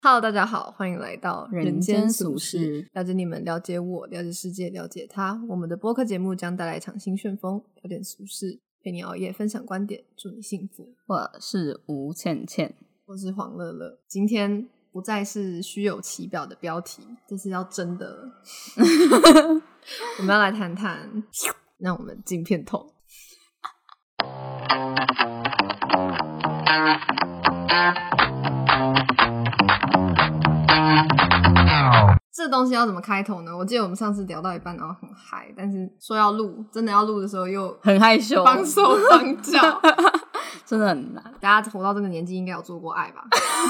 Hello， 大家好，欢迎来到人间俗事， 了解你们，了解我，了解世界，了解他。我们的播客节目将带来一场新旋风，聊点俗事，陪你熬夜，分享观点，祝你幸福。 我是吴倩倩， 我是黄乐乐。今天不再是虚有其表的标题，这是要真的了。我们要来谈谈，让我们进片头。这东西要怎么开头呢？我记得我们上次聊到一半然后很嗨，但是说要录，真的要录的时候又很害羞， 绑手绑脚真的很难。 大家活到这个年纪应该有做过爱吧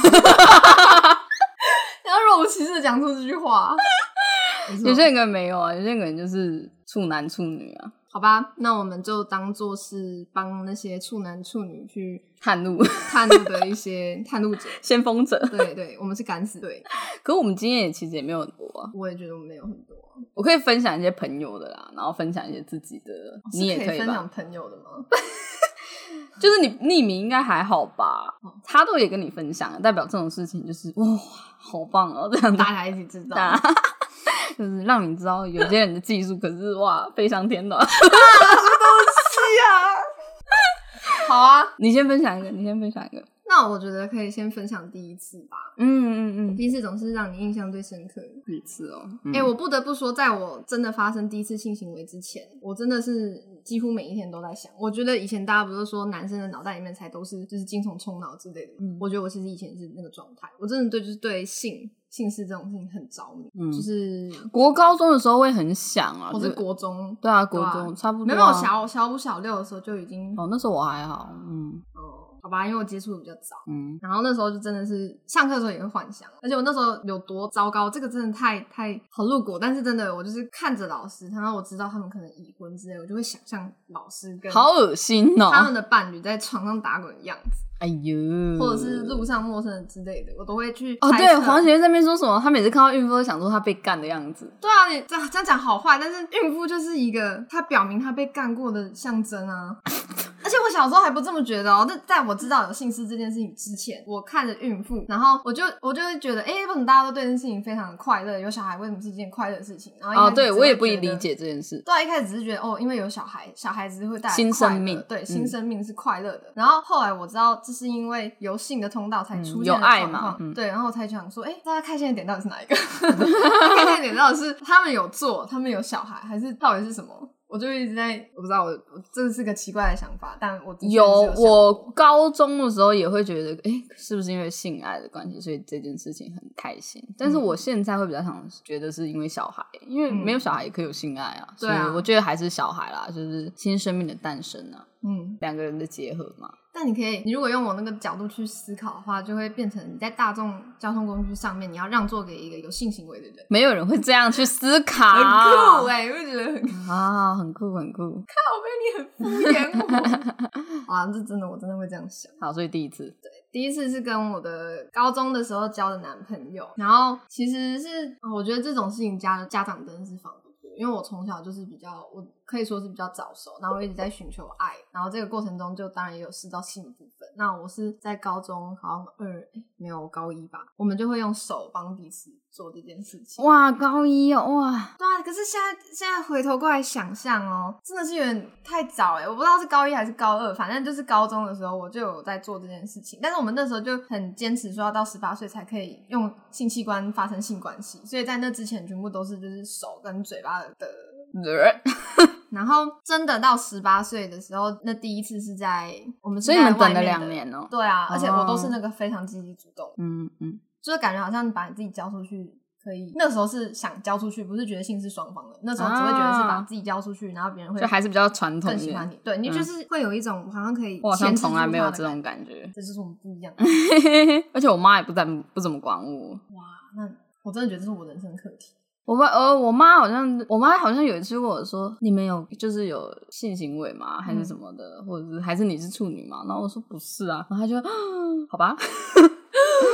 要若无其事的讲出这句话有些人可能没有啊，有些人可能就是处男处女啊。 好吧，那我们就当作是帮那些处男处女去探路的一些探路者先锋者。 对对，我们是敢死队。 可是我们经验其实也没有很多啊。 我也觉得我们没有很多我可以分享一些朋友的啦，然后分享一些自己的。你也可以吧分享朋友的吗就是你匿名应该还好吧，他都也跟你分享，代表这种事情就是哇好棒哦，这样大家一起知道就是让你知道有些人的技术可是哇飞上天了什么东西啊好啊， 你先分享一个那我觉得可以先分享第一次吧。第一次总是让你印象最深刻。 第一次哦， 我不得不说，在我真的发生第一次性行为之前，我真的是几乎每一天都在想。我觉得以前大家不是说男生的脑袋里面才都是就是精虫充脑之类的，我觉得我其实以前是那个状态。我真的就是对性事这种事情很着迷，就是国高中的时候会很想啊。 我是国中， 对啊，国中差不多、啊。 没有小5小6的时候就已经那时候我还好， 好吧，因为我接触的比较早，然后那时候就真的是上课的时候也会幻想，而且我那时候有多糟糕，这个真的太好露骨，但是真的我就是看着老师，然后我知道他们可能已婚之类，我就会想象老师跟好恶心哦， 他们的伴侣在床上打滚的样子。 哎呦， 或者是路上陌生人之类的，我都会去哦。对，黄学在那边说什么？他每次看到孕妇都想说他被干的样子。 对啊，你这样讲好坏，但是孕妇就是一个他表明他被干过的象征啊。而且我小时候还不这么觉得哦，但在我知道有性事这件事情之前，我看着孕妇，然后我就会觉得，为什么大家都对这件事情非常快乐？有小孩为什么是一件快乐的事情？然后对我也不理解这件事。 对啊，一开始只是觉得因为有小孩子会带来新生命， 对，新生命是快乐的。然后后来我知道这是因为有性的通道才出现的状况，对，然后我才想说，大家开心的点到底是哪一个？开心的点到底是他们有做，他们有小孩，还是到底是什么？我就一直在，我不知道，我这是个奇怪的想法，但我的确是有想过。 我高中的时候也会觉得，是不是因为性爱的关系，所以这件事情很开心？但是我现在会比较想觉得是因为小孩，因为没有小孩也可以有性爱啊，所以我觉得还是小孩啦，就是新生命的诞生啊，两个人的结合嘛。 但你如果用我那个角度去思考的话，就会变成你在大众交通工具上面，你要让座给一个有性行为的人。 没有人会这样去思考， 很酷我就觉得很酷。 靠北，你很敷衍我啊，这真的我真的会这样想。 好，所以第一次， 对，第一次是跟我的高中的时候交的男朋友，然后其实是我觉得这种事情家长真的是防不住，因为我从小就是我可以说是比较早熟，然后我一直在寻求爱，然后这个过程中就当然也有试到性的部分。那我是在高中好像没有高一吧，我们就会用手帮彼此做这件事情。 哇，高一哦，哇， 对啊，可是现在回头过来想象真的是有点太早我不知道是高一还是高2，反正就是高中的时候我就有在做这件事情，但是我们那时候就很坚持说要到18岁才可以用性器官发生性关系，所以在那之前全部都是就是手跟嘴巴的然后真的到18岁的时候，那第一次是在我们是在所以你们等了2年哦。 对啊，而且我都是那个非常积极主动，就是感觉好像把你自己交出去可以。那时候是想交出去，不是觉得性是双方的，那时候只会觉得是把自己交出去，然后别人会就还是比较传统， 更喜欢你。对，你就是会有一种好像可以， 我好像从来没有这种感觉， 这就是我们不一样。 而且我妈也不怎么管我。 哇，那我真的觉得这是我人生课题。 我妈好像有一次问我说，你们有就是有性行为吗？还是什么的，或者是还是你是处女吗？然后我说不是啊，然后她就好吧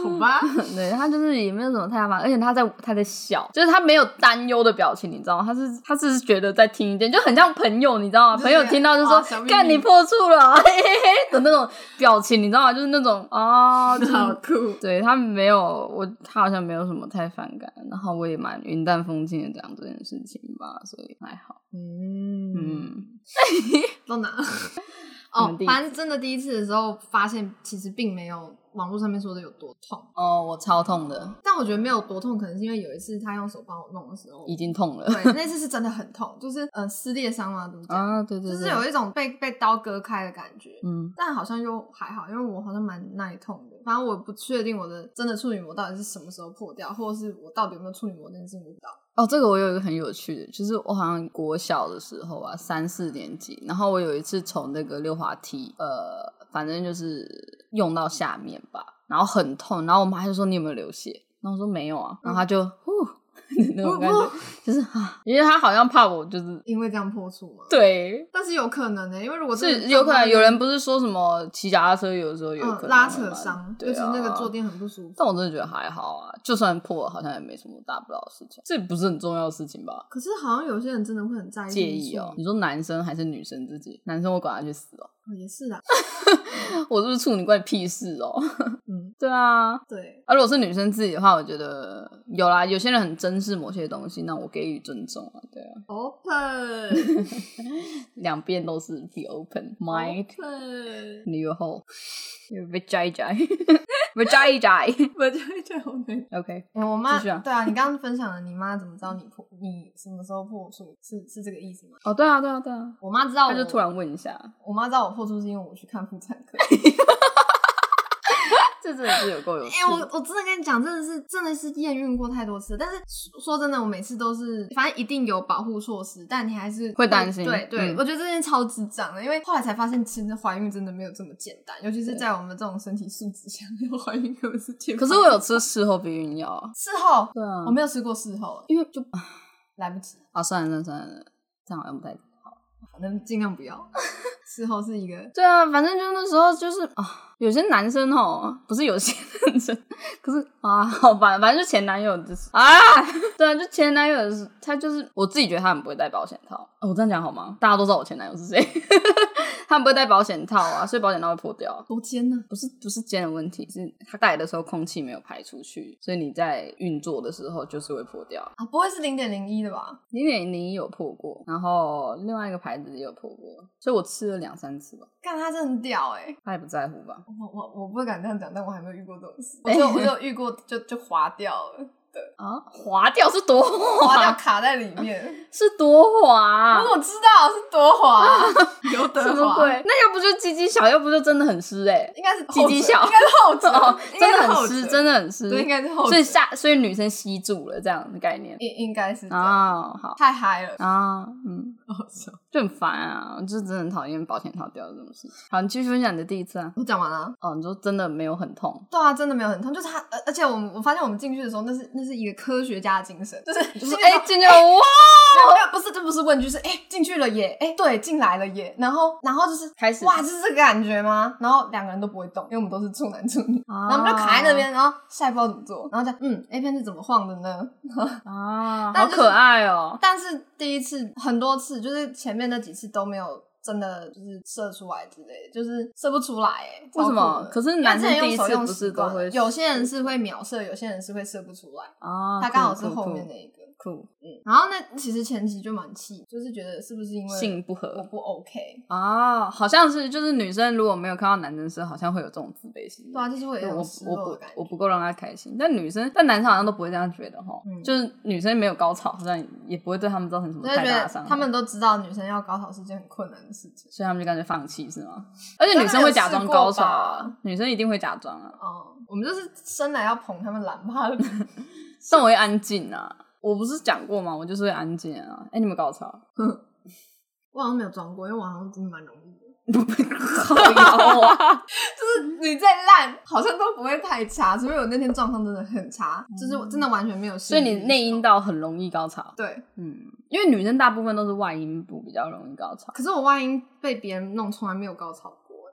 好吧， 对，他就是也没有什么太大反应，而且他在笑，就是他没有担忧的表情，你知道吗？他是觉得在听一件，就很像朋友，你知道吗？朋友听到就说干你破处了，嘿嘿嘿的那种表情，你知道吗？就是那种就是好酷。 对，他没有他好像没有什么太反感，然后我也蛮云淡风轻的讲这件事情吧，所以还好。 到哪？反正真的第一次的时候，发现其实并没有网络上面说的有多痛。 我超痛的， 但我觉得没有多痛，可能是因为有一次他用手帮我弄的时候已经痛了。 对，那次是真的很痛，就是撕裂伤嘛，怎么讲啊？对对对， 就是有一种被刀割开的感觉。但好像又还好，因为我好像蛮耐痛的。反正我不确定我的真的处女膜到底是什么时候破掉，或者是我到底有没有处女膜这件事情不知道。 这个我有一个很有趣的，就是我好像国小的时候啊，3、4年级，然后我有一次从那个溜滑梯，反正就是用到下面吧，然后很痛，然后我妈就说你有没有流血？然后我说没有啊，然后她就那种感觉，就是因为她好像怕我就是因为这样破处嘛。 对， 但是有可能因为如果是有可能有人不是说什么骑脚踏车有的时候有可能拉扯伤， 对啊， 就是那个坐垫很不舒服。 但我真的觉得还好啊，就算破了好像也没什么大不了的事情，这不是很重要的事情吧？ 可是好像有些人真的会很在意介意你说男生还是女生自己？男生我管他去死也是啦。 我是不是处女关你屁事对啊， 对。 如果是女生自己的话，我觉得有啦，有些人很珍视某些东西，那我给予尊重啊，对啊。 Open 两边都是 be open mind your hole vagina OK 我妈继续啊。 对啊，你刚刚分享了你妈怎么知道你什么时候破处，是这个意思吗？ 对啊。 我妈知道她就突然问一下， 我妈知道我破处是因为我去看妇产科。 这真的是有够有趣。 我真的跟你讲，真的是验孕过太多次，但是说真的，我每次都是反正一定有保护措施，但你还是会担心。 对，我觉得这件超智障的，因为后来才发现，其实怀孕真的没有这么简单，尤其是在我们这种身体素质下，要怀孕根本是简单。 可是我有吃事后避孕药啊。 事后？ 对啊， 我没有吃过事后， 因为就来不及。 算了，这样好像不太好， 反正尽量不要。事后是一个对啊，反正就那时候就是有些男生不是有些男生，可是好吧，反正就前男友就是对啊，就前男友他就是我自己觉得他很不会戴保险套。我这样讲好吗？大家都知道我前男友是谁。他们不会戴保险套啊，所以保险套会破掉。 多尖呢？ 不是尖的问题，是他戴的时候空气没有排出去，所以你在运作的时候就是会破掉。 不会是 0.01 的吧？ 0.01 有破过，然後另外一个牌子也有破过，所以我吃了2-3次吧。 干，他真的很屌他也不在乎吧？ 我不敢这样讲，但我还没有遇过这种事。我就遇过就滑掉了。 滑掉是多滑掉卡在里面是多滑我知道是多滑有得滑那要不就鸡鸡小，要不就真的很湿应该是鸡鸡小， 应该是后者真的很湿，真的很湿， 对，应该是后者， 所以女生吸住了这样的概念， 应该是这样好， 太嗨了就很烦啊，我就真的很讨厌保险套掉的这种事情。好，你继续分享你的第一次啊。 我讲完了。 你说真的没有很痛？ 对啊，真的没有很痛，就是他，而且我发现我们进去的时候，那是一个科学家的精神，就是进去了哇！ 这不是问句，是进去了耶，对，进来了耶，然后就是开始哇，就是这个感觉吗？然后两个人都不会动，因为我们都是处男处女，然后我们就卡在那边，然后下一步要怎么做，然后再A 片是怎么晃的呢？ 好可爱哦！ 但是第一次很多次，就是前面那几次都没有真的就是射出来之类的，就是射不出来为什么？可是男生第一次不是都会， 有些人是会秒射，有些人是会射不出来他刚好是后面那一个。然后那其实前期就蛮气，就是觉得是不是因为性不合， 我不 OK 好像是就是女生如果没有看到男生射，好像会有这种自卑心。 对啊，就是会有失落的感觉。 我不够让他开心，但男生好像都不会这样觉得就是女生没有高潮，好像也不会对他们造成什么太大的伤害。 他们都知道女生要高潮是件很困难的事情， 所以他们就干脆放弃是吗？而且女生会假装高潮女生一定会假装我们就是生来要捧他们懒趴的， 但我会安静啊。我不是讲过吗？我就是会安静啊。你有没有高潮？ 我好像没有装过，因为我好像真的蛮容易的。靠腰啊！ 就是你再烂，好像都不会太差，除非我那天状况真的很差，就是我真的完全没有。 所以你内阴道很容易高潮。 对， 因为女生大部分都是外阴部比较容易高潮。 可是我外阴被别人弄，从来没有高潮过。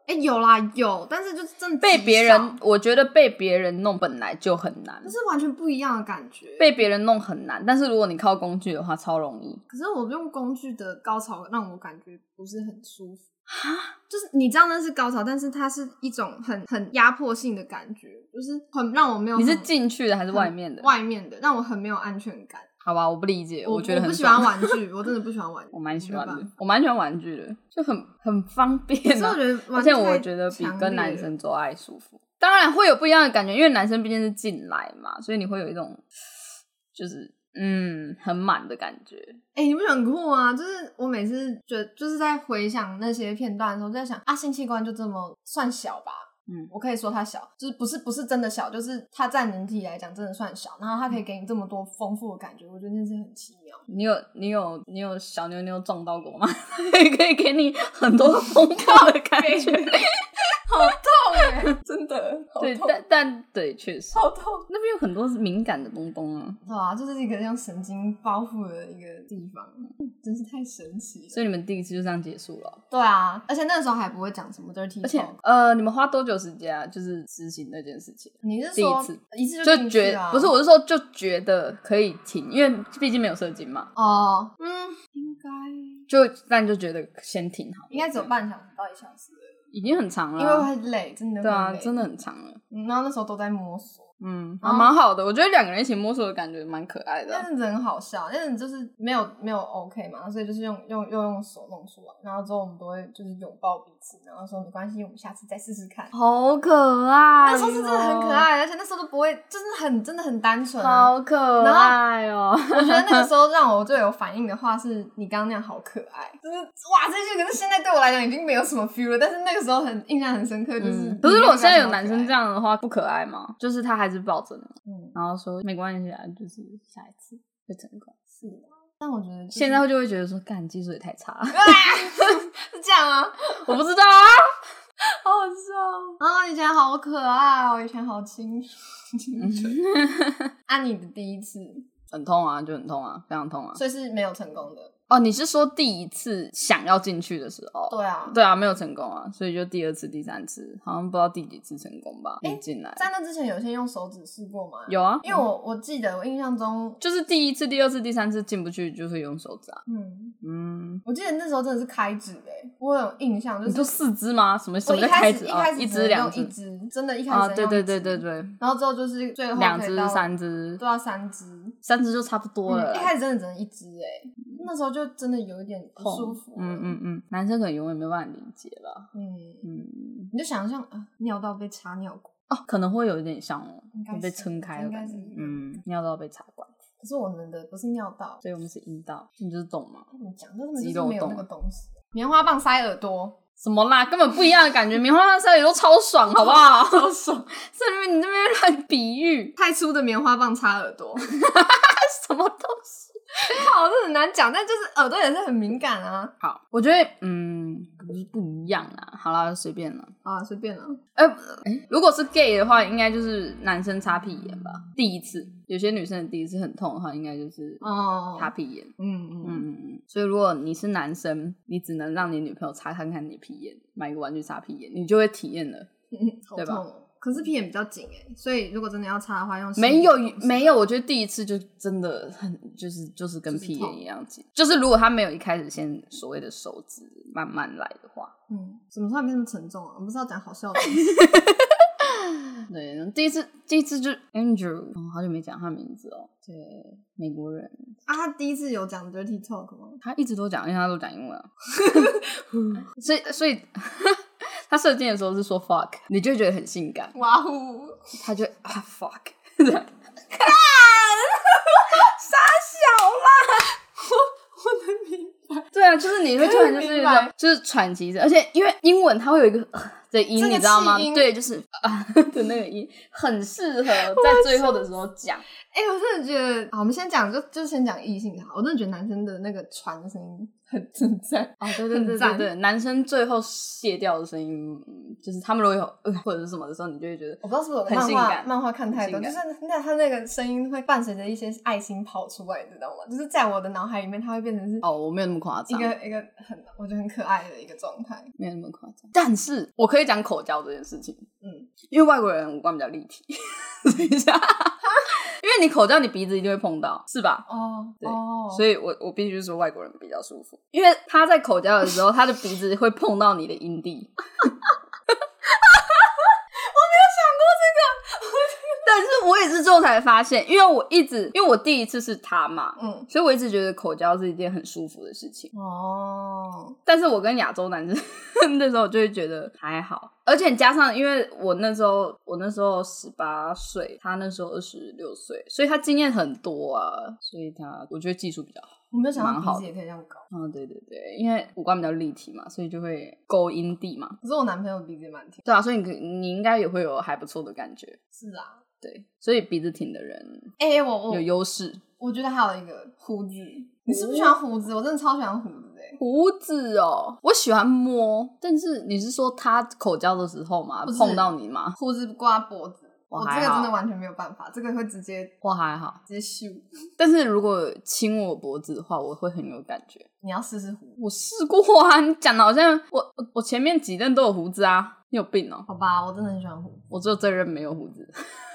有啦有，但是就是真的被别人，我觉得被别人弄本来就很难， 这是完全不一样的感觉。 被别人弄很难，但是如果你靠工具的话超容易。 可是我用工具的高潮让我感觉不是很舒服。就是你知道那是高潮，但是它是一种很压迫性的感觉，就是很让我没有。 你是进去的还是外面的？ 外面的，让我很没有安全感。 好吧，我不理解，我觉得很我不喜欢玩具，我真的不喜欢玩具。 我蛮喜欢的，我蛮喜欢玩具的，就很方便啊。而且我觉得比跟男生做爱舒服。当然会有不一样的感觉，因为男生毕竟是进来嘛，所以你会有一种就是很满的感觉。 你不觉得很酷吗？就是我每次觉得就是在回想那些片段的时候，在想性器官就这么算小吧。我可以说它小，就是不是真的小，就是它在人体来讲真的算小，然后它可以给你这么多丰富的感觉，我觉得那是很奇妙。 你有小妞妞撞到过吗？可以给你很多丰富的感觉。 好痛真的好痛。 对，但对，确实好痛。 那边有很多敏感的东东啊。 对啊，这是一个像神经包覆的一个地方，真是太神奇了。 所以你们第一次就这样结束了？ 对啊，而且那个时候还不会讲什么 dirty talk。 而且你们花多久时间啊？就是执行那件事情？ 你是说一次就进去啊？ 不是，我是说就觉得可以停，因为毕竟没有射精嘛。 应该但就觉得先停好， 应该只有半小时到1小时了。 已经很长了， 因为会累，真的会累。对啊，真的很长了。 然后那时候都在摸索， 蛮好的。我觉得两个人一起摸索的感觉蛮可爱的。 那阵子很好笑，那阵子就是没有 OK 嘛，所以就是用手弄出来，然后之后我们都会就是拥抱彼此，然后说没关系，我们下次再试试看。 好可爱， 那时候是真的很可爱，而且那时候都不会，就是真的很单纯， 好可爱哦。 我觉得那个时候让我最有反应的话是你刚刚那样好可爱，就是哇这句，可是现在对我来讲已经没有什么 feel 了，但是那个时候印象很深刻，就是可是如果现在有男生这样的话不可爱吗？就是他还是抱着你，然后说没关系啊，就是下一次会成功。 是啊，但我觉得现在就会觉得说干技术也太差了。 是这样啊？ 我不知道啊。 好好笑以前好可爱哦，以前好清纯。你的第一次很痛啊，就很痛啊，非常痛啊， 所以是没有成功的。 你是说第一次想要进去的时候？对啊，没有成功啊，所以就第二次第三次，好像不知道第几次成功吧。进来在那之前有先用手指试过吗？ 有啊， 因为我记得我印象中就是第一次第二次第三次进不去就会用手指啊。 我记得那时候真的是开指我有印象，就是你说4支吗？什么叫开指？ 一支2支， 一支真的一开始对， 然后之后就是最后 2支3支都要3支 ，3支就差不多了。 一开始真的只能1支那时候就真的有一点不舒服。 男生可能永远没办法理解吧。 你就想象尿道被插尿管可能会有一点像被撑开了，应该是尿道被插管。 可是我们的不是尿道， 所以我们是阴道，你就是懂吗？ 你讲这根本就是没有那个东西。棉花棒塞耳朵什么啦，根本不一样的感觉。棉花棒塞耳朵超爽，好不好？超爽！你那边乱比喻， 太粗的棉花棒插耳朵， 什么东西？ 好，这很难讲，但就是耳朵也是很敏感啊。 好，我觉得不一样啊。好啦，随便了啊，随便了。 如果是 gay 的话，应该就是男生擦屁眼吧。第一次，有些女生的第一次很痛的话，应该就是擦屁眼。所以如果你是男生，你只能让你女朋友擦看看你屁眼，买一个玩具擦屁眼，你就会体验了，对吧？ 可是屁眼比较紧所以如果真的要擦的话，用没有，我觉得第一次就真的很就是跟屁眼一样紧，就是如果他没有一开始先所谓的手指慢慢来的话， 怎么突然变这么沉重啊？我们不是要讲好笑的东西。 对，第一次就 Andrew，好久没讲他名字对，美国人他第一次有讲 dirty talk 吗？ 他一直都讲，因为他都讲英文所以他射精的时候是说 fuck， 你就会觉得很性感。 哇呼！ 他就fuck， 看傻小啦！我能明白。 对啊，就是你会突然就是那种就是喘息着，而且因为英文它会有一个的音，你知道吗？对，就是的那个音，很适合在最后的时候讲。我真的觉得，好，我们先讲就先讲异性好，我真的觉得男生的那个喘的声音很赞哦，对对对对对，男生最后卸掉的声音，就是他们如果有或者是什么的时候，你就会觉得我不知道是不是很性感， 漫画看太多，就是他那个声音会伴随着一些爱心跑出来，你知道吗？就是在我的脑海里面，它会变成是我没有那么夸张， 一个我觉得很可爱的一个状态， 没有那么夸张。但是我可以讲口交这件事情，因为外国人五官比较立体，等一下。因为你口交，你鼻子一定会碰到，是吧？对，所以我必须说外国人比较舒服，因为他在口交的时候，他的鼻子会碰到你的阴蒂。但是我也是之后才发现，因为我第一次是他嘛，所以我一直觉得口交是一件很舒服的事情。但是我跟亚洲男生那时候就会觉得还好，而且加上因为我那时候18岁，他那时候26岁，所以他经验很多啊，所以我觉得技术比较好。 我没有想到鼻子也可以这样搞。 对对对，因为五官比较立体嘛，所以就会勾阴蒂嘛。 可是我男朋友鼻子也蛮挺。 对啊，所以你应该也会有还不错的感觉。 是啊， 对，所以鼻子挺的人我有优势。 我觉得还有一个胡子，你是不是喜欢胡子？我真的超喜欢胡子胡子哦，我喜欢摸，但是你是说他口交的时候吗？碰到你吗？ 胡子刮脖子。我这个真的完全没有办法，这个会直接我还好， 直接咻。 但是如果亲我脖子的话，我会很有感觉。 你要试试胡子？ 我试过啊，你讲的好像我前面几任都有胡子啊，你有病哦？ 好吧，我真的很喜欢胡子， 我只有这任没有胡子。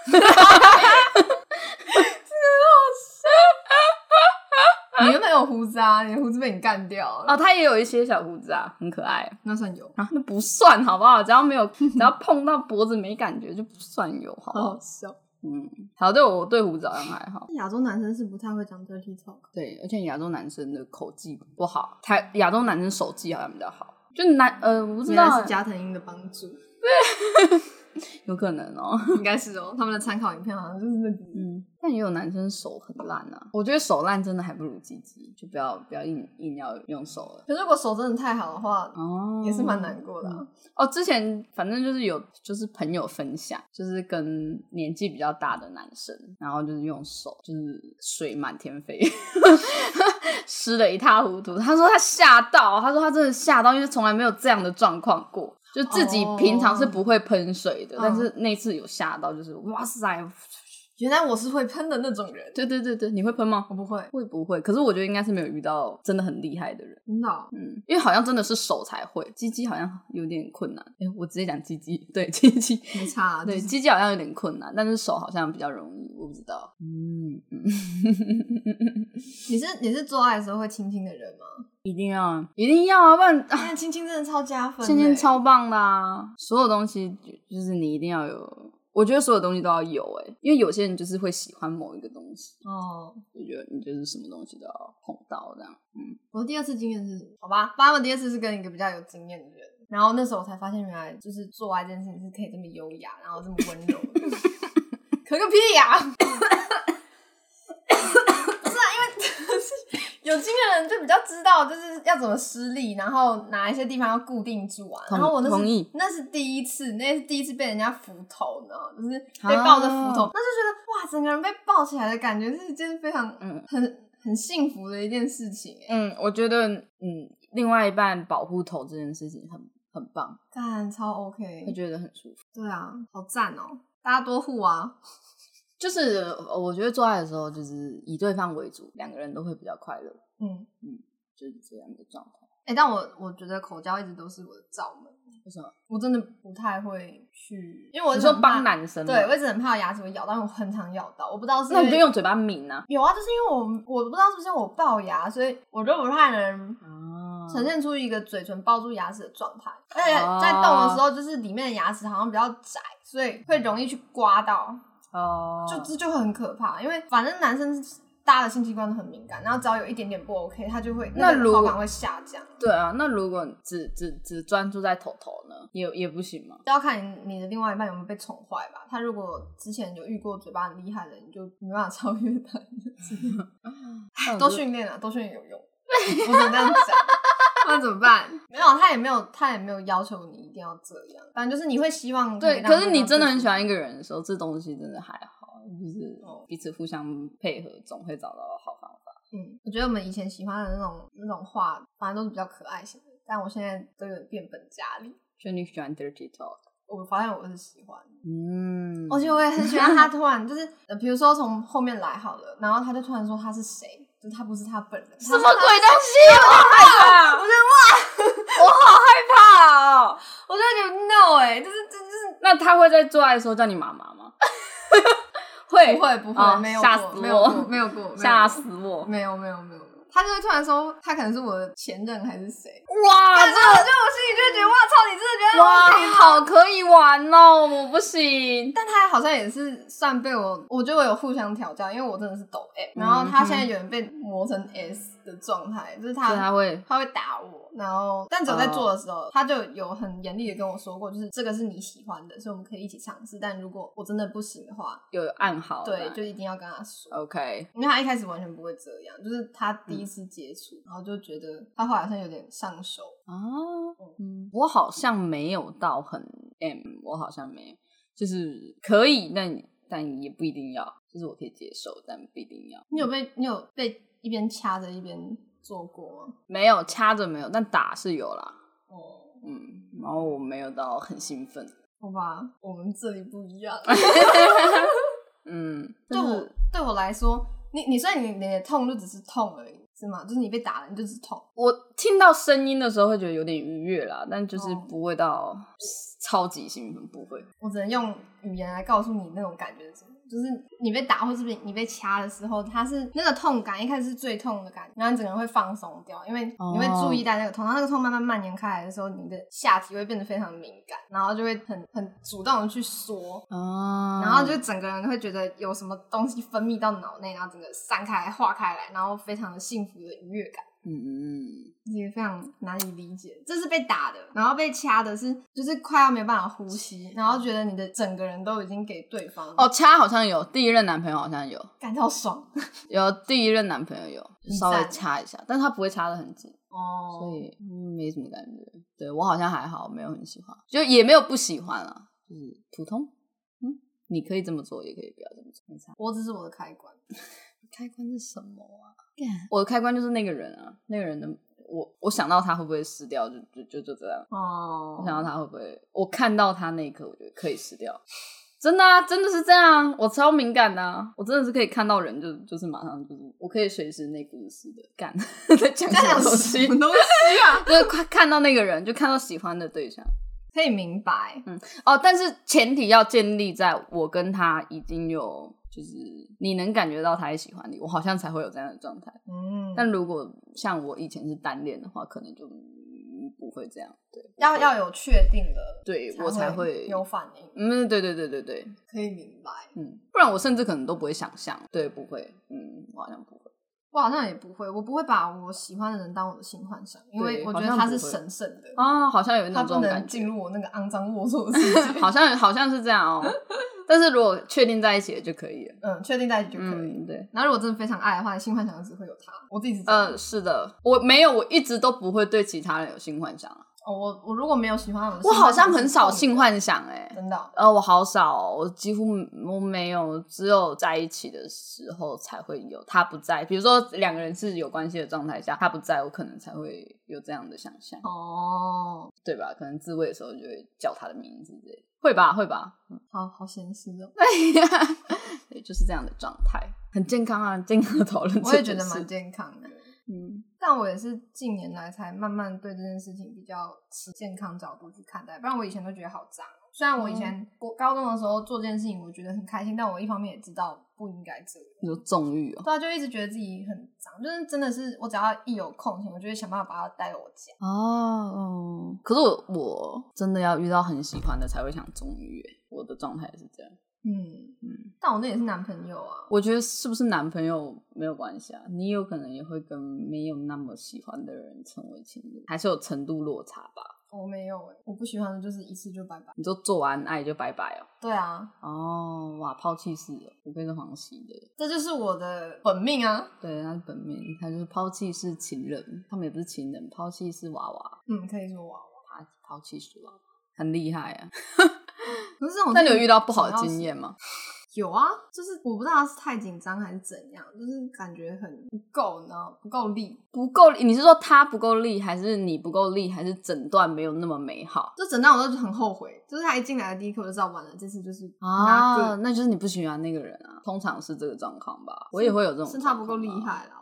你原本有胡子啊，你的胡子被你干掉了。 他也有一些小胡子啊，很可爱。 那算有啊？那不算好不好？只要碰到脖子没感觉就不算有，好不好？ 好笑。 好，我对胡子好像还好。 亚洲男生是不太会讲 dirty talk。 对，而且亚洲男生的口技不好，亚洲男生手技好像比较好。就我不知道， 原来是加藤鹰的帮助。 对。有可能哦， 应该是哦，他们的参考影片好像就是那但也有男生手很烂啊，我觉得手烂真的还不如鸡鸡，就不要硬要用手了。 可是如果手真的太好的话，也是蛮难过的之前反正就是朋友分享，就是跟年纪比较大的男生，然后就是用手就是水满天飞，湿了一塌糊涂。他说他吓到，他说他真的吓到，因为从来没有这样的状况过。就自己平常是不会喷水的，但是那次有吓到，就是哇塞， 原来我是会喷的那种人。 对对对对，你会喷吗？ 我不会。 会不会？可是我觉得应该是没有遇到真的很厉害的人。 真的因为好像真的是手才会，鸡鸡好像有点困难。我直接讲鸡鸡，对鸡鸡没差。 对鸡鸡好像有点困难，但是手好像比较容易，我不知道。 你是做爱的时候会亲亲的人吗？ 一定要啊，不然亲亲真的超加分， 亲亲超棒的啊！所有东西就是你一定要有，我觉得所有东西都要有因为有些人就是会喜欢某一个东西我觉得你就是什么东西都要碰到这样。 我的第二次经验是，好吧，他们第二次是跟一个比较有经验的人，然后那时候我才发现原来就是做爱这件事情是可以这么优雅，然后这么温柔的。咳个屁呀！有经验的人就比较知道就是要怎么施力，然后哪一些地方要固定住啊。然后我那是第一次被人家扶头呢，就是被抱着扶头，那就觉得哇，整个人被抱起来的感觉是一件非常很幸福的一件事情我觉得另外一半保护头这件事情很棒， 干超 OK， 会觉得很舒服。 对啊，好赞哦，大家多护啊。 就是我觉得做爱的时候就是以对方为主，两个人都会比较快乐。就是这样的状态。 但我觉得口交一直都是我的罩门。 为什么？ 我真的不太会去，因为你说帮男生吗？ 对，我一直很怕牙齿会咬到，因为我很常咬到。我不知道是那你就用嘴巴抿啊。 有啊，就是因为我不知道是不是因为我龅牙，所以我就不太能呈现出一个嘴唇包住牙齿的状态，而且在动的时候，就是里面的牙齿好像比较窄，所以会容易去刮到。就很可怕，因为反正男生大家的性器官都很敏感，然后只要有一点点不 OK， 他就会那个好感会下降。 对啊，那如果只专注在头呢，也不行吗？ 要看你的另外一半有没有被宠坏吧。他如果之前有遇过嘴巴很厉害的，你就没办法超越他。都训练了，都训练有用。我只能这样讲。那怎么办？没有，他也没有要求你一定要这样，反正就是你会希望对。可是你真的很喜欢一个人的时候，这东西真的还好，就是彼此互相配合，总会找到好方法。 我觉得我们以前喜欢的那种画，反正都是比较可爱型的，但我现在都有点变本加厉。 所以你喜欢 dirty talk？ 我发现我是喜欢，而且我也很喜欢他突然就是比如说从后面来好了，然后他就突然说他是谁，就是他不是他本人。 什么鬼东西？我好害怕！ 我觉得哇， 我好害怕哦！ 我就觉得 no 就是那他会在做爱的时候叫你妈妈吗？会不会，没有过， 吓死我， 没有过， 吓死我！ 没有。他就会突然说他可能是我的前任还是谁， 哇！ 这我心里就会觉得哇操，你真的觉得哇，好可以玩哦，我不行。 但他好像也是算被我觉得我有互相调教，因为我真的是抖 M， 然后他现在有人被磨成 S 的状态，就是他会打我，然后但只有在做的时候，他就有很严厉的跟我说过，就是这个是你喜欢的，所以我们可以一起尝试，但如果我真的不行的话， 有暗号， 对，就一定要跟他说 OK， 因为他一开始完全不会这样，就是他第一次接触，然后就觉得他后来好像有点上手我好像没有到很 M， 我好像没有，就是可以，但也不一定要，就是我可以接受，但不一定要。 你有被一边掐着一边做过吗？ 没有，掐着没有，但打是有啦。然后我没有到很兴奋。 好吧，我们这里不一样。对我来说，你虽然你的痛就只是痛而已，是吗？就是你被打了，你就只痛。 我听到声音的时候会觉得有点愉悦啦，但就是不会到超级兴奋，不会。 我只能用语言来告诉你那种感觉是什么。就是你被打或是你被掐的时候，它是那个痛感一开始是最痛的感觉，然后你整个人会放松掉，因为你会注意到那个痛，然后那个痛慢慢蔓延开来的时候，你的下体会变得非常敏感，然后就会很主动的去缩，然后就整个人会觉得有什么东西分泌到脑内，然后整个散开来化开来，然后非常的幸福的愉悦感。这个非常难以理解，这是被打的，然后被掐的是就是快要没有办法呼吸，然后觉得你的整个人都已经给对方掐好像有，第一任男朋友好像有感到爽， 有第一任男朋友有稍微掐一下，但他不会掐得很紧所以没什么感觉。对，我好像还好，没有很喜欢，就也没有不喜欢啦，就是普通。你可以这么做，也可以不要这么做。 我只是我的开关。 开关是什么啊？我的开关就是那个人啊，那个人的我想到他会不会湿掉，就这样。我想到他会不会，我看到他那一刻，我觉得可以湿掉。真的啊，真的是这样，我超敏感的啊，我真的是可以看到人就是马上就是，我可以随时内裤湿的干。在讲什么东西？ 什么东西啊？ 就是看到那个人，就看到喜欢的对象。 可以明白， 但是前提要建立在我跟他已经有，就是你能感觉到他也喜欢你，我好像才会有这样的状态。但如果像我以前是单恋的话，可能就不会这样。对， 要有确定了， 对我才会有反应。 对， 可以明白。 不然我甚至可能都不会想象。对，不会。我好像不会。 我好像也不会，我不会把我喜欢的人当我的性幻想，因为我觉得他是神圣的好像有那种感觉， 他不能进入我那个肮脏龌龊的世界。 好像是这样但是如果确定在一起了就可以了。 确定在一起就可以。对。然后如果真的非常爱的话，性幻想只会有他。我自己是这样。 是的，我没有，我一直都不会对其他人有性幻想。 我如果没有喜欢我好像很少性幻想真的我好少我几乎我没有，只有在一起的时候才会有，他不在，比如说两个人是有关系的状态下，他不在，我可能才会有这样的想象对吧？可能自慰的时候就会叫他的名字之类的，会吧好闲适对，就是这样的状态，很健康啊，健康的讨论。 我也觉得蛮健康的。但我也是近年来才慢慢对这件事情比较持健康角度去看待，不然我以前都觉得好脏。虽然我以前高中的时候做这件事情我觉得很开心，但我一方面也知道不应该这样。 你说纵欲对啊，就一直觉得自己很脏，就是真的是我只要一有空闲，我就会想办法把它带到我家。 可是我真的要遇到很喜欢的才会想纵欲我的状态是这样。 但我那也是男朋友啊。 我觉得是不是男朋友没有关系啊，你有可能也会跟没有那么喜欢的人成为情侣，还是有程度落差吧。 我没有我不喜欢的就是一次就拜拜。 你就做完爱就拜拜对啊。 哇，抛弃式的，我跟是黄喜的， 这就是我的本命啊。 对，他是本命，他就是抛弃式情人，他们也不是情人，抛弃式娃娃。 可以说娃娃， 抛弃式娃娃很厉害啊。 可是这种， 那你有遇到不好的经验吗？ 有啊，就是我不知道是太紧张还是怎样，就是感觉很不够，你知道不够力。 不够力，你是说他不够力，还是你不够力，还是整段没有那么美好？ 就整段我都很后悔，就是他一进来的第一刻我就知道完了，这次就是啊，那就是你不喜欢那个人啊，通常是这个状况吧。我也会有这种， 是他不够厉害啦。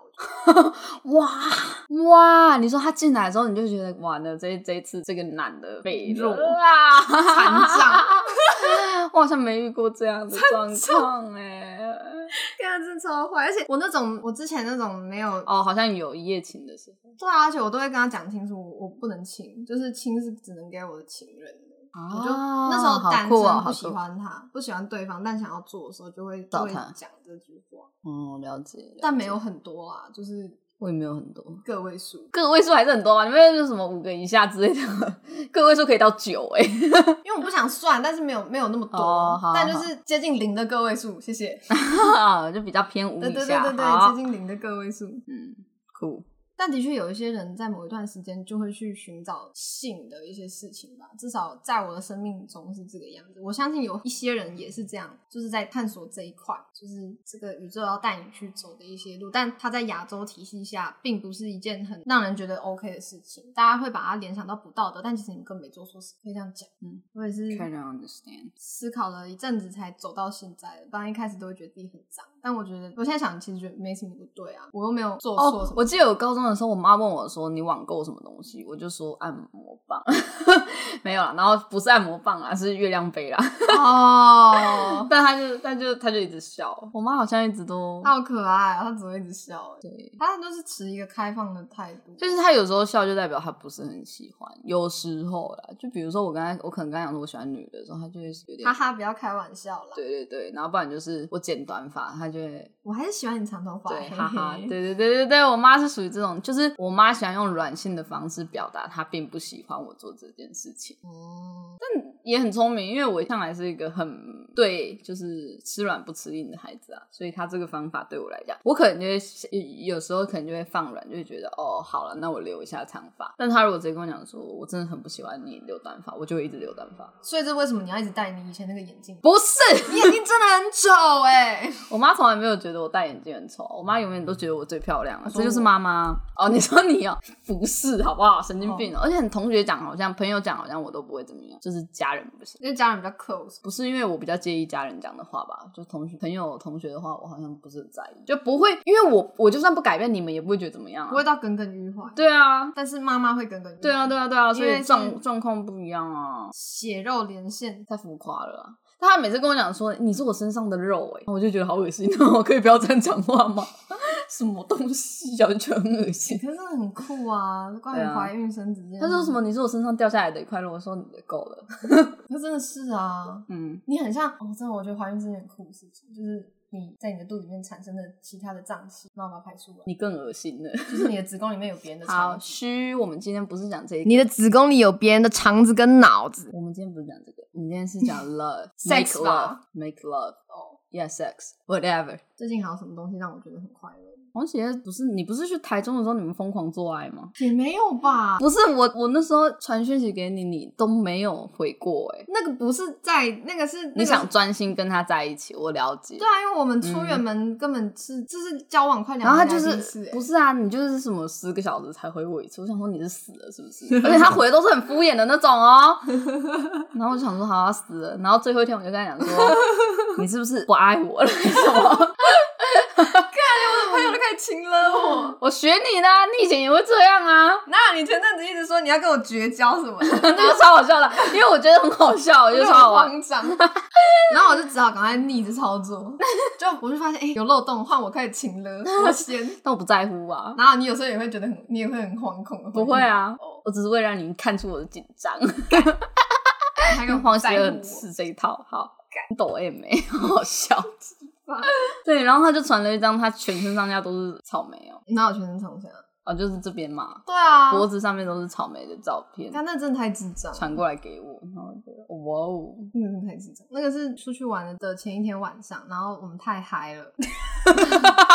哇！你说他进来之后，你就觉得完了，这一次这个男的被弱啊， 残障， 我好像没遇过这样的状况哎， 看他真的超坏，而且我之前那种没有好像有一夜情的时候， 对啊，而且我都会跟他讲清楚，我不能亲，就是亲是只能给我的情人的。我就那时候单身不喜欢他，不喜欢对方，但想要做的时候就会讲这句话。 了解， 但没有很多啊，就是我也没有很多， 个位数还是很多吧？你们有什么5个以下之类的？个位数可以到9 因为我不想算，但是没有那么多，但就是接近0的个位数，谢谢。 就比较偏5以下， 对，接近0的个位数， 酷。 但的确有一些人在某一段时间就会去寻找性的一些事情吧，至少在我的生命中是这个样子。我相信有一些人也是这样，就是在探索这一块，就是这个宇宙要带你去走的一些路，但它在亚洲体系下并不是一件很让人觉得 OK 的事情，大家会把它联想到不道德，但其实你们根本没做错事，可以这样讲。我也是思考了一阵子才走到现在的，不然一开始都会觉得自己很脏，但我觉得我现在想其实觉得没什么不对啊，我又没有做错什么。 我记得我高中的时候，我妈问我说你网购什么东西，我就说按摩棒没有啦，然后不是按摩棒啦，是月亮杯啦但他就一直笑，我妈好像一直都他好可爱他只会一直笑对，他都是持一个开放的态度， 就是他有时候笑就代表他不是很喜欢，有时候啦，就比如说我可能跟他讲说我喜欢女的时候，他就会有点哈哈不要开玩笑啦， 对，然后不然就是我剪短发，他就会我还是喜欢你长头发， 对哈哈，对，我妈是属于这种，就是我妈喜欢用软性的方式表达她并不喜欢我做这件事情但也很聪明，因为我向来是一个很对就是吃软不吃硬的孩子啊，所以她这个方法对我来讲，我可能就会有时候可能就会放软，就会觉得好了，那我留一下长发，但她如果直接跟我讲说我真的很不喜欢你留短发，我就会一直留短发。 所以这为什么你要一直戴你以前那个眼镜？ 不是， 你眼镜真的很丑我妈从来没有觉得我戴眼镜很丑，我妈永远都觉得我最漂亮了，这就是妈妈你说你不是好不好？神经病而且很同学讲好像朋友讲好像我都不会怎么样，就是家人不行， 因为家人比较 close， 不是因为我比较介意家人讲的话吧，就朋友同学的话我好像不是很在意，就不会，因为我就算不改变你们也不会觉得怎么样不会到耿耿于怀。 对啊， 但是妈妈会耿耿于怀。 对啊，所以状况不一样啊， 血肉连线太浮夸了他每次跟我讲说你是我身上的肉我就觉得好恶心我可以不要这样讲话吗？什么东西啊，就觉得很恶心。 可是真的很酷啊，关于怀孕生子这件事。 他说什么你是我身上掉下来的一块肉，我说你的够了可真的是啊你很像真的我觉得怀孕是件很酷的事情，就是你在你的肚里面产生的其他的脏器然后把它排出来， 你更恶心了就是你的子宫里面有别人的肠子。 好我们今天不是讲这个， 你的子宫里有别人的肠子跟脑子。 我们今天不是讲这个，我们今天是讲 love sex 吧 make love yeah sex whatever。 最近还有什么东西让我觉得很快乐？ 王姐你不是去台中的时候你们疯狂做爱吗？ 也没有吧。 不是我那时候传讯息给你都没有回过那个不是在那个是你想专心跟他在一起，我了解。 对啊，因为我们出远门根本是就是交往快2年， 然后他就是不是啊，你就是什么10个小时才回我一次，我想说你是死了是不是？而且他回的都是很敷衍的那种然后我就想说好死了，然后最后一天我就跟他讲说你是不是不爱我了什么我的朋友都开始亲了我学你的你以前也会这样啊。 那你前阵子一直说你要跟我绝交什么的那个超好笑的，因为我觉得很好笑，我就超好玩慌张然后我就只好赶快逆着操作我就发现有漏洞，换我开始亲了我先但我不在乎啊。 然后你有时候也会觉得你也会很惶恐。 不会啊我只是为了让你看出我的紧张他跟黄喜很吃这一套好抖 M 好笑对，然后他就传了一张他全身上下都是草莓哪有全身上下就是这边嘛， 对啊， 脖子上面都是草莓的照片， 但那真的太智障， 传过来给我，然后觉得哇那真的太智障。那个是出去玩的前一天晚上，然后我们太嗨了我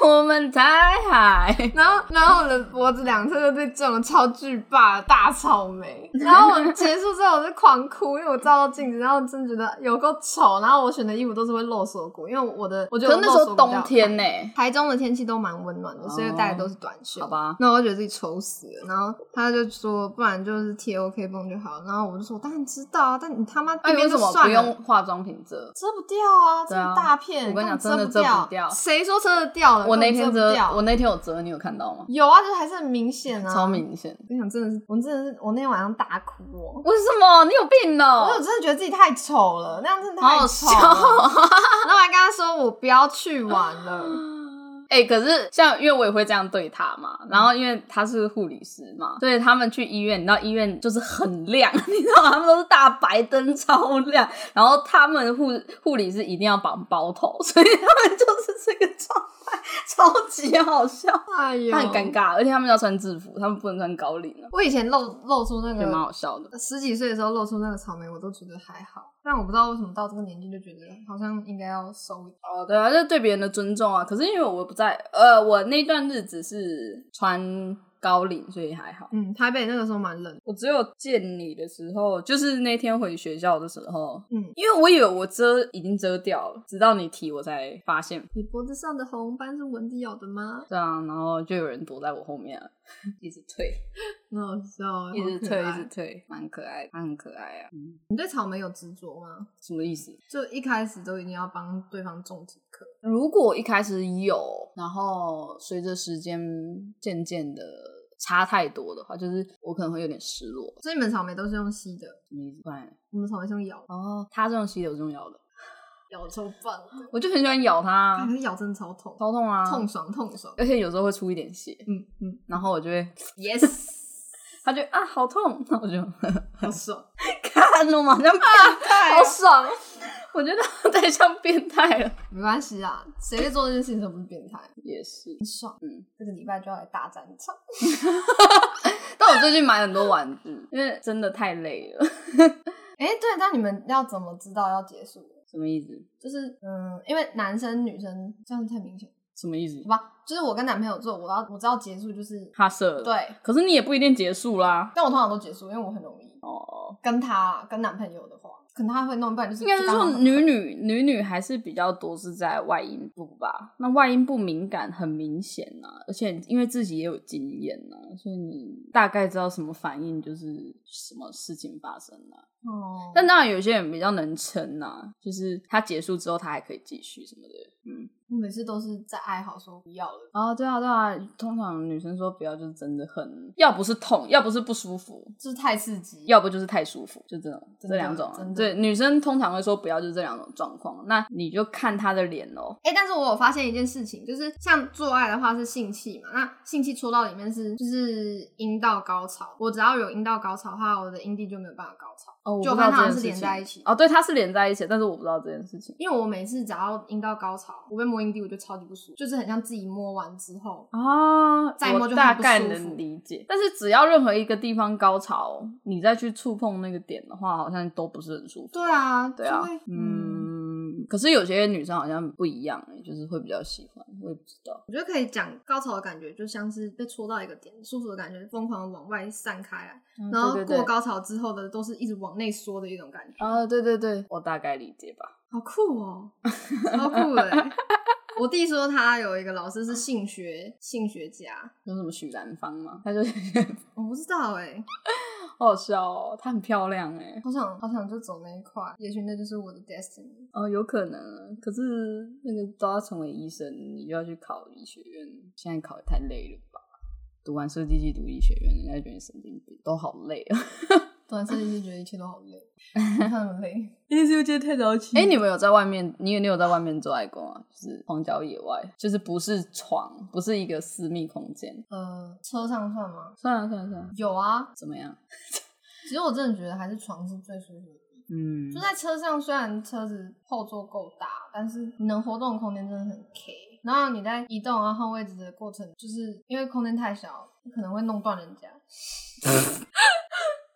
我们太嗨。 然后我的脖子两侧就被种了超巨大的大草莓，然后我结束之后我就狂哭，因为我照到镜子，然后真的觉得有够丑，然后我选的衣服都是会露锁骨，因为我觉得可是那时候冬天欸， 台中的天气都蛮温暖的，所以带的都是短袖。 好吧， 那我就觉得自己丑死了，然后他就说不然就是贴 OK 绷就好，然后我就说我当然知道啊，但你他妈一边就算了， 为什么不用化妆品遮不掉啊，这么大片， 我跟你讲真的遮不掉， 谁说遮得掉了？ 我那天有遮，你有看到吗？ 有啊，就还是很明显啊， 超明显。 我跟你讲真的是我那天晚上大哭哦。 为什么？你有病哦！ 我真的觉得自己太丑了，那样真的太丑了。然后我还跟他说我不要去玩了。 可是像因为我也会这样对他嘛，然后因为他是护理师嘛，所以他们去医院，你知道医院就是很亮，你知道吗？他们都是大白灯超亮，然后他们护理师一定要绑包头，所以他们就是这个状态，超级好笑。 哎呦， 他很尴尬，而且他们要穿制服，他们不能穿高领啊。 我以前露出那个蛮好笑的， 十几岁的时候露出那个草莓，我都觉得还好，但我不知道为什么到这个年纪就觉得好像应该要收一点。 哦，对啊，这对别人的尊重啊。可是因为我不在，我那段日子是穿高领，所以还好。 台北那个时候蛮冷。 我只有见你的时候，就是那天回学校的时候，因为我以为我已经遮掉了，直到你提我才发现。 你脖子上的红斑是蚊子咬的吗？ 对啊，然后就有人躲在我后面了，一直退， 很好笑， 一直退，蛮可爱的，他很可爱啊。 你对草莓有执着吗？ 什么意思？ 就一开始都一定要帮对方种几颗？ 如果一开始有，然后随着时间渐渐的差太多的话，就是我可能会有点失落。 所以你们草莓都是用吸的？ 什么意思？ 我们草莓是用咬的。 哦，他是用吸的，我是用咬的。 咬超棒的， 我就很喜欢咬它， 可是咬真的超痛， 超痛啊， 痛爽， 而且有时候会出一点血，然后我就会 yes， 他就啊好痛，那我就好爽， 看我马上变态， 好爽， 我觉得太像变态了， 没关系啦，谁会做这件事情都不是变态， 也是很爽，这个礼拜就要来大战一场。 但我最近买很多玩具，因为真的太累了。 对，但你们要怎么知道要结束？ 什么意思？ 就是因为男生女生这样太明显。 什么意思？ 好吧，就是我跟男朋友做，我知道结束就是他射了， 对， 可是你也不一定结束啦。 但我通常都结束，因为我很容易跟男朋友的话，可能他会弄，不然就是应该是说女还是比较多是在外阴部吧。那外阴部敏感很明显啊，而且因为自己也有经验啊，所以你大概知道什么反应就是什么事情发生啊。但当然有些人比较能撑啊，就是他结束之后他还可以继续什么的。 我每次都是在哀嚎说不要了。 哦，对啊，通常女生说不要就是真的很，要不是痛，要不是不舒服， 就是太刺激， 要不就是太舒服，就这两种。对，女生通常会说不要，就是这两种状况。那你就看她的脸咯。 但是我有发现一件事情，就是像做爱的话是性器嘛，那性器戳到里面就是阴道高潮，我只要有阴道高潮的话，我的阴蒂就没有办法高潮。 就跟他们是连在一起。 对，它是连在一起，但是我不知道这件事情。 因为我每次只要阴道高潮，我被摸阴蒂，我就超级不舒服，就是很像自己摸完之后再摸就很不舒服。我大概能理解。但是只要任何一个地方高潮，你再去触碰那个点的话，好像都不是很舒服。 对啊， 可是有些女生好像不一样，就是会比较喜欢，我也不知道。 我觉得可以讲高潮的感觉，就像是被戳到一个点，舒服的感觉疯狂往外散开来，然后过高潮之后的都是一直往内缩的一种感觉。 对，我大概理解吧。 好酷哦，超酷的。我弟说他有一个老师是性学家， 有什么许兰芳吗？他就我不知道好好笑哦，她很漂亮好想就走那一块，也许那就是我的 destiny。 有可能，可是那个都要成为医生，你就要去考医学院，现在考也太累了吧？读完设计系读医学院，人家觉得你神经病，都好累啊。 读完设计系觉得一切都好累，很累。 因为是觉得太早起。你们有在外面？你有在外面做爱过吗？就是荒郊野外，就是不是床，不是一个私密空间。 车上算吗？ 算了。 有啊。 怎么样？ 其实我真的觉得还是床是最舒服的。就在车上，虽然车子后座够大，但是你能活动的空间真的很 K。然后你在移动然后换位置的过程，就是因为空间太小，可能会弄断人家。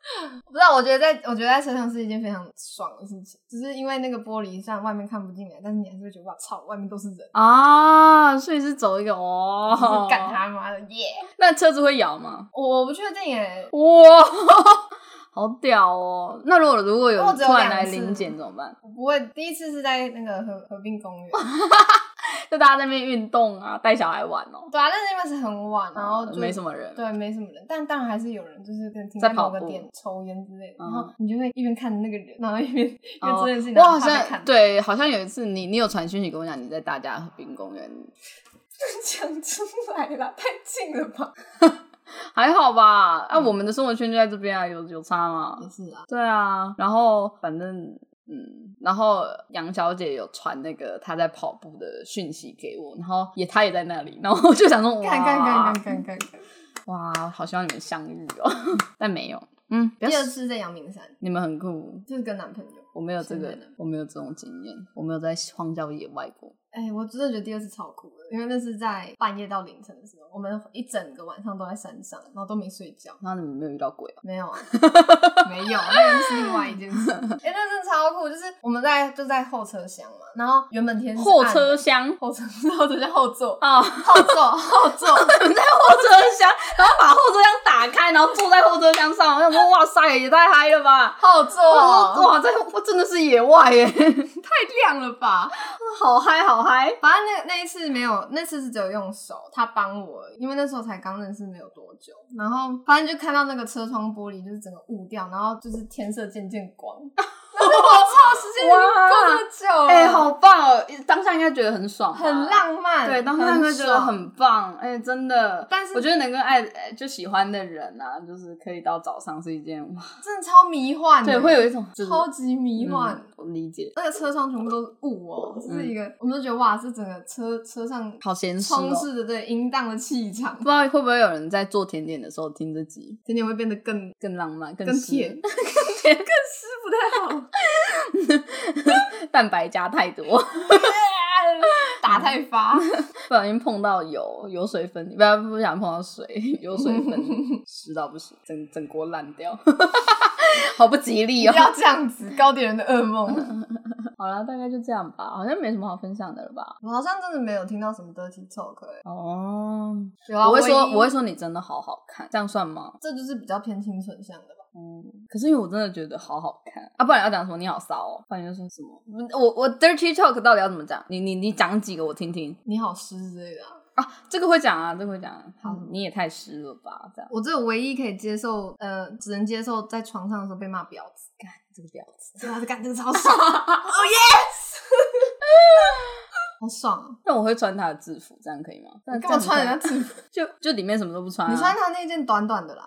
不知道，我觉得在车上是一件非常爽的事情，只是因为那个玻璃上外面看不进来，但是你还是会觉得哇操，外面都是人啊，所以是走一个就是干他妈的耶！ 那车子会摇吗？ 我不确定耶。 哇，好屌哦！那如果有突然来临检怎么办？ 我不会，第一次是在那个河滨公园。 就大家在那边运动啊，带小孩玩哦。 对啊，但是那边是很晚，然后就没什么人。 对，没什么人，但当然还是有人，就是停在某个点抽烟之类的，然后你就会一边看那个人，然后一边做这件事情。 我好像对，好像有一次你有传讯息跟我讲你在大家河滨公园。 讲出来啦，太近了吧？ 还好吧，我们的生活圈就在这边啊，有差吗？ 也是啊。 对啊，然后反正然后杨小姐有传那个她在跑步的讯息给我，然后她也在那里，然后我就想说，哇， 看， 哇，好希望你们相遇哦，但没有。 第二次在阳明山， 你们很酷， 就是跟男朋友。 我没有这种经验，我没有在荒郊野外过。 我真的觉得第二次超酷的，因为那是在半夜到凌晨的时候，我们一整个晚上都在山上，然后都没睡觉。 那你们没有遇到鬼啊？ 没有啊，没有，那是另外一件事。那真的超酷，就是我们就在后车厢嘛，然后原本天是后车厢， 后车厢后座啊， 后座， 你们在后车厢，然后把后车厢打开，然后坐在后车厢上，我想说哇塞，也太嗨了吧！ 后座， 哇，真的是野外耶， 太亮了吧！ 好嗨好嗨！ 反正那一次没有，那次是只有用手，他帮我，因为那时候才刚认识没有多久，然后反正就看到那个车窗玻璃就是整个雾掉，然后就是天色渐渐光。我操，时间已经过这么久了， 好棒哦！当下应该觉得很爽， 很浪漫， 对，当下应该觉得很棒，真的。 但是我觉得能跟就喜欢的人啊，就是可以到早上是一件哇， 真的超迷幻的， 对，会有一种超级迷幻。 我理解， 那个车窗全部都是雾哦，是一个，我们都觉得哇，是整个车上好闲适充斥着对淫荡的气场。 不知道会不会有人在做甜点的时候听这集， 甜点会变得更浪漫、 更甜、更湿不太好。 蛋白加太多， 打太发， 不小心碰到油水分，不小心碰到水，油水分湿到不行，整锅烂掉，好不吉利哦！ 不要这样子，高点人的噩梦。 好啦，大概就这样吧，好像没什么好分享的了吧？ 我好像真的没有听到什么 dirty talk 哦， 有啊， 我会说你真的好好看，这样算吗？ 这就是比较偏清纯向的吧。 可是因为我真的觉得好好看啊，不然要讲什么你好骚哦，不然就说什么我 dirty talk 到底要怎么讲？你讲几个我听听。 你好湿之类的啊，这个会讲啊，这个会讲。好，你也太湿了吧？这样， 我只有唯一可以接受，只能接受在床上的时候被骂婊子。 干这个婊子， 对啊，干这个超爽。Oh yes， 好爽啊！ 那我会穿他的制服，这样可以吗？ 你干嘛穿人家制服？ 就里面什么都不穿啊。 你穿他那件短短的啦。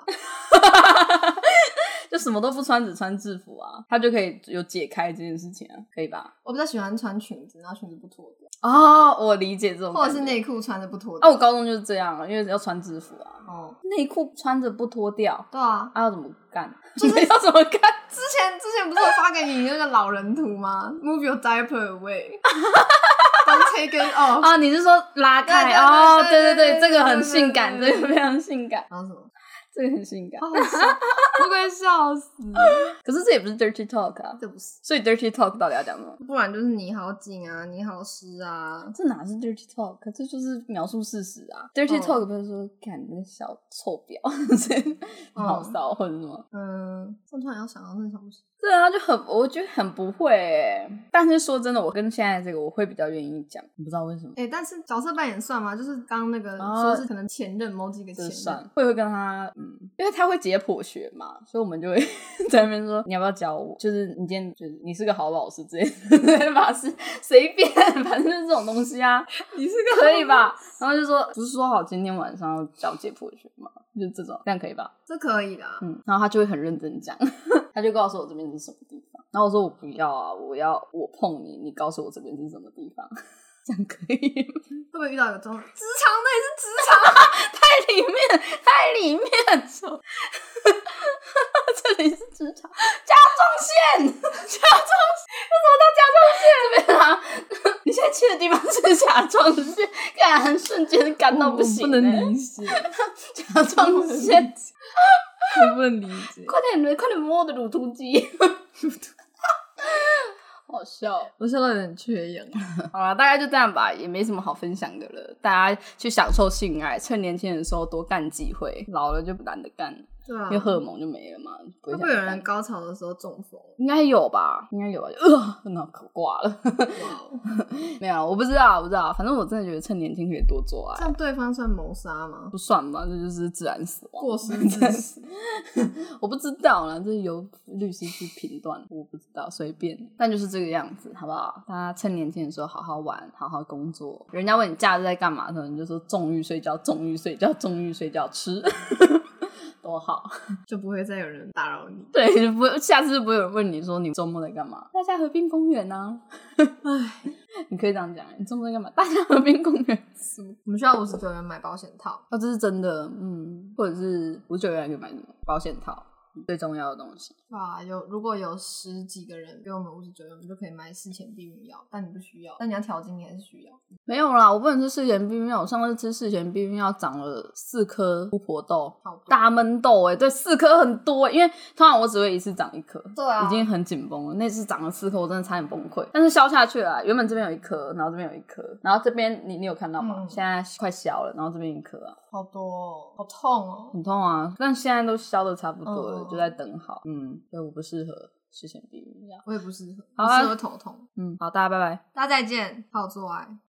就什么都不穿，只穿制服啊，他就可以有解开这件事情啊，可以吧？ 我比较喜欢穿裙子，然后裙子不脱掉。 哦，我理解这种感觉， 或者是内裤穿着不脱掉。 我高中就是这样，因为要穿制服啊。内裤穿着不脱掉， 对啊， 要怎么干？就是要怎么干？ 之前不是有发给你那个老人图吗 ？Move your diaper away， don't take it off。 啊，你是说拉开？哦，对，这个很性感，这个非常性感。 然后什么？ 这个很性感， 好笑，我快笑死。 可是这也不是 dirty talk 啊， 这不是。 所以 dirty talk 到底要讲什么？ 不然就是你好紧啊，你好湿啊， 这哪是 dirty talk？ 这就是描述事实啊。dirty talk 不是说干那个小臭婊，你好骚或者什么？ 我突然要想到那种东西。 对啊，我觉得很不会但是说真的，我跟现在这个我会比较愿意讲，不知道为什么。 但是角色扮演算吗？就是刚那个说是可能前任某几个前任， 算会跟他因为他会解剖学嘛，所以我们就会在那边说你要不要教我？就是你今天就是你是个好老师之类的吧，是随便，反正就是这种东西啊， 你是个可以吧？然后就说不是说好今天晚上要教解剖学吗？就这种，这样可以吧？ 这可以啦。 然后他就会很认真讲，他就告诉我这边是什么地方，然后我说我不要啊，我碰你，你告诉我这边是什么地方，这样可以吗？ 会不会遇到一个职场？那也是职场， 太里面这里是职场甲状腺，为什么到甲状腺这边啊？你现在去的地方是甲状腺，感瞬间感到不行、 我不能理解甲状腺， 我不能理解。 快点摸我的乳突肌。好笑， 我笑到有点缺氧。 好啦，大概就这样吧，也没什么好分享的了。大家去享受性爱，趁年轻的时候多干几回，老了就懒得干了。 对啊， 因为荷尔蒙就没了嘛。 会不会有人高潮的时候中风？ 应该有吧，应该有吧。那可挂了。没有，我不知道。反正我真的觉得趁年轻可以多做爱。 这样对方算谋杀吗？ 不算吧，这就是自然死亡， 过失致死。 我不知道啦，这由律师去评断，我不知道，随便。但就是这个样子，好不好？大家趁年轻的时候好好玩，好好工作。人家问你假日在干嘛的时候，你就说纵欲睡觉，纵欲睡觉，纵欲睡觉，吃。多好， 就不会再有人打扰你。 对，就不会，下次就不会有人问你说你周末在干嘛？大家河滨公园啊。 唉， 你可以这样讲，你周末在干嘛？大家河滨公园。 我们需要59元买保险套。 哦，这是真的，或者是59元可以买什么保险套，最重要的东西。 哇，如果有10几个人给我们59元，我们就可以买事前避孕药，但你不需要，但你要调经，你还是需要。 没有啦，我不能吃事前避孕药，我上次吃事前避孕药长了4颗巫婆痘，大闷痘对，4颗很多因为通常我只会一次长1颗， 对啊， 已经很紧绷了。那次长了4颗，我真的差点崩溃，但是消下去了。原本这边有1颗，然后这边有1颗，然后这边你有看到吗？现在快消了，然后这边1颗啊， 好多哦，好痛哦， 很痛啊，但现在都消的差不多了，就在等好。所以我不适合事前避孕药， 我也不适合， 好啊， 我适合头痛。 好，大家拜拜， 大家再见，好好做爱。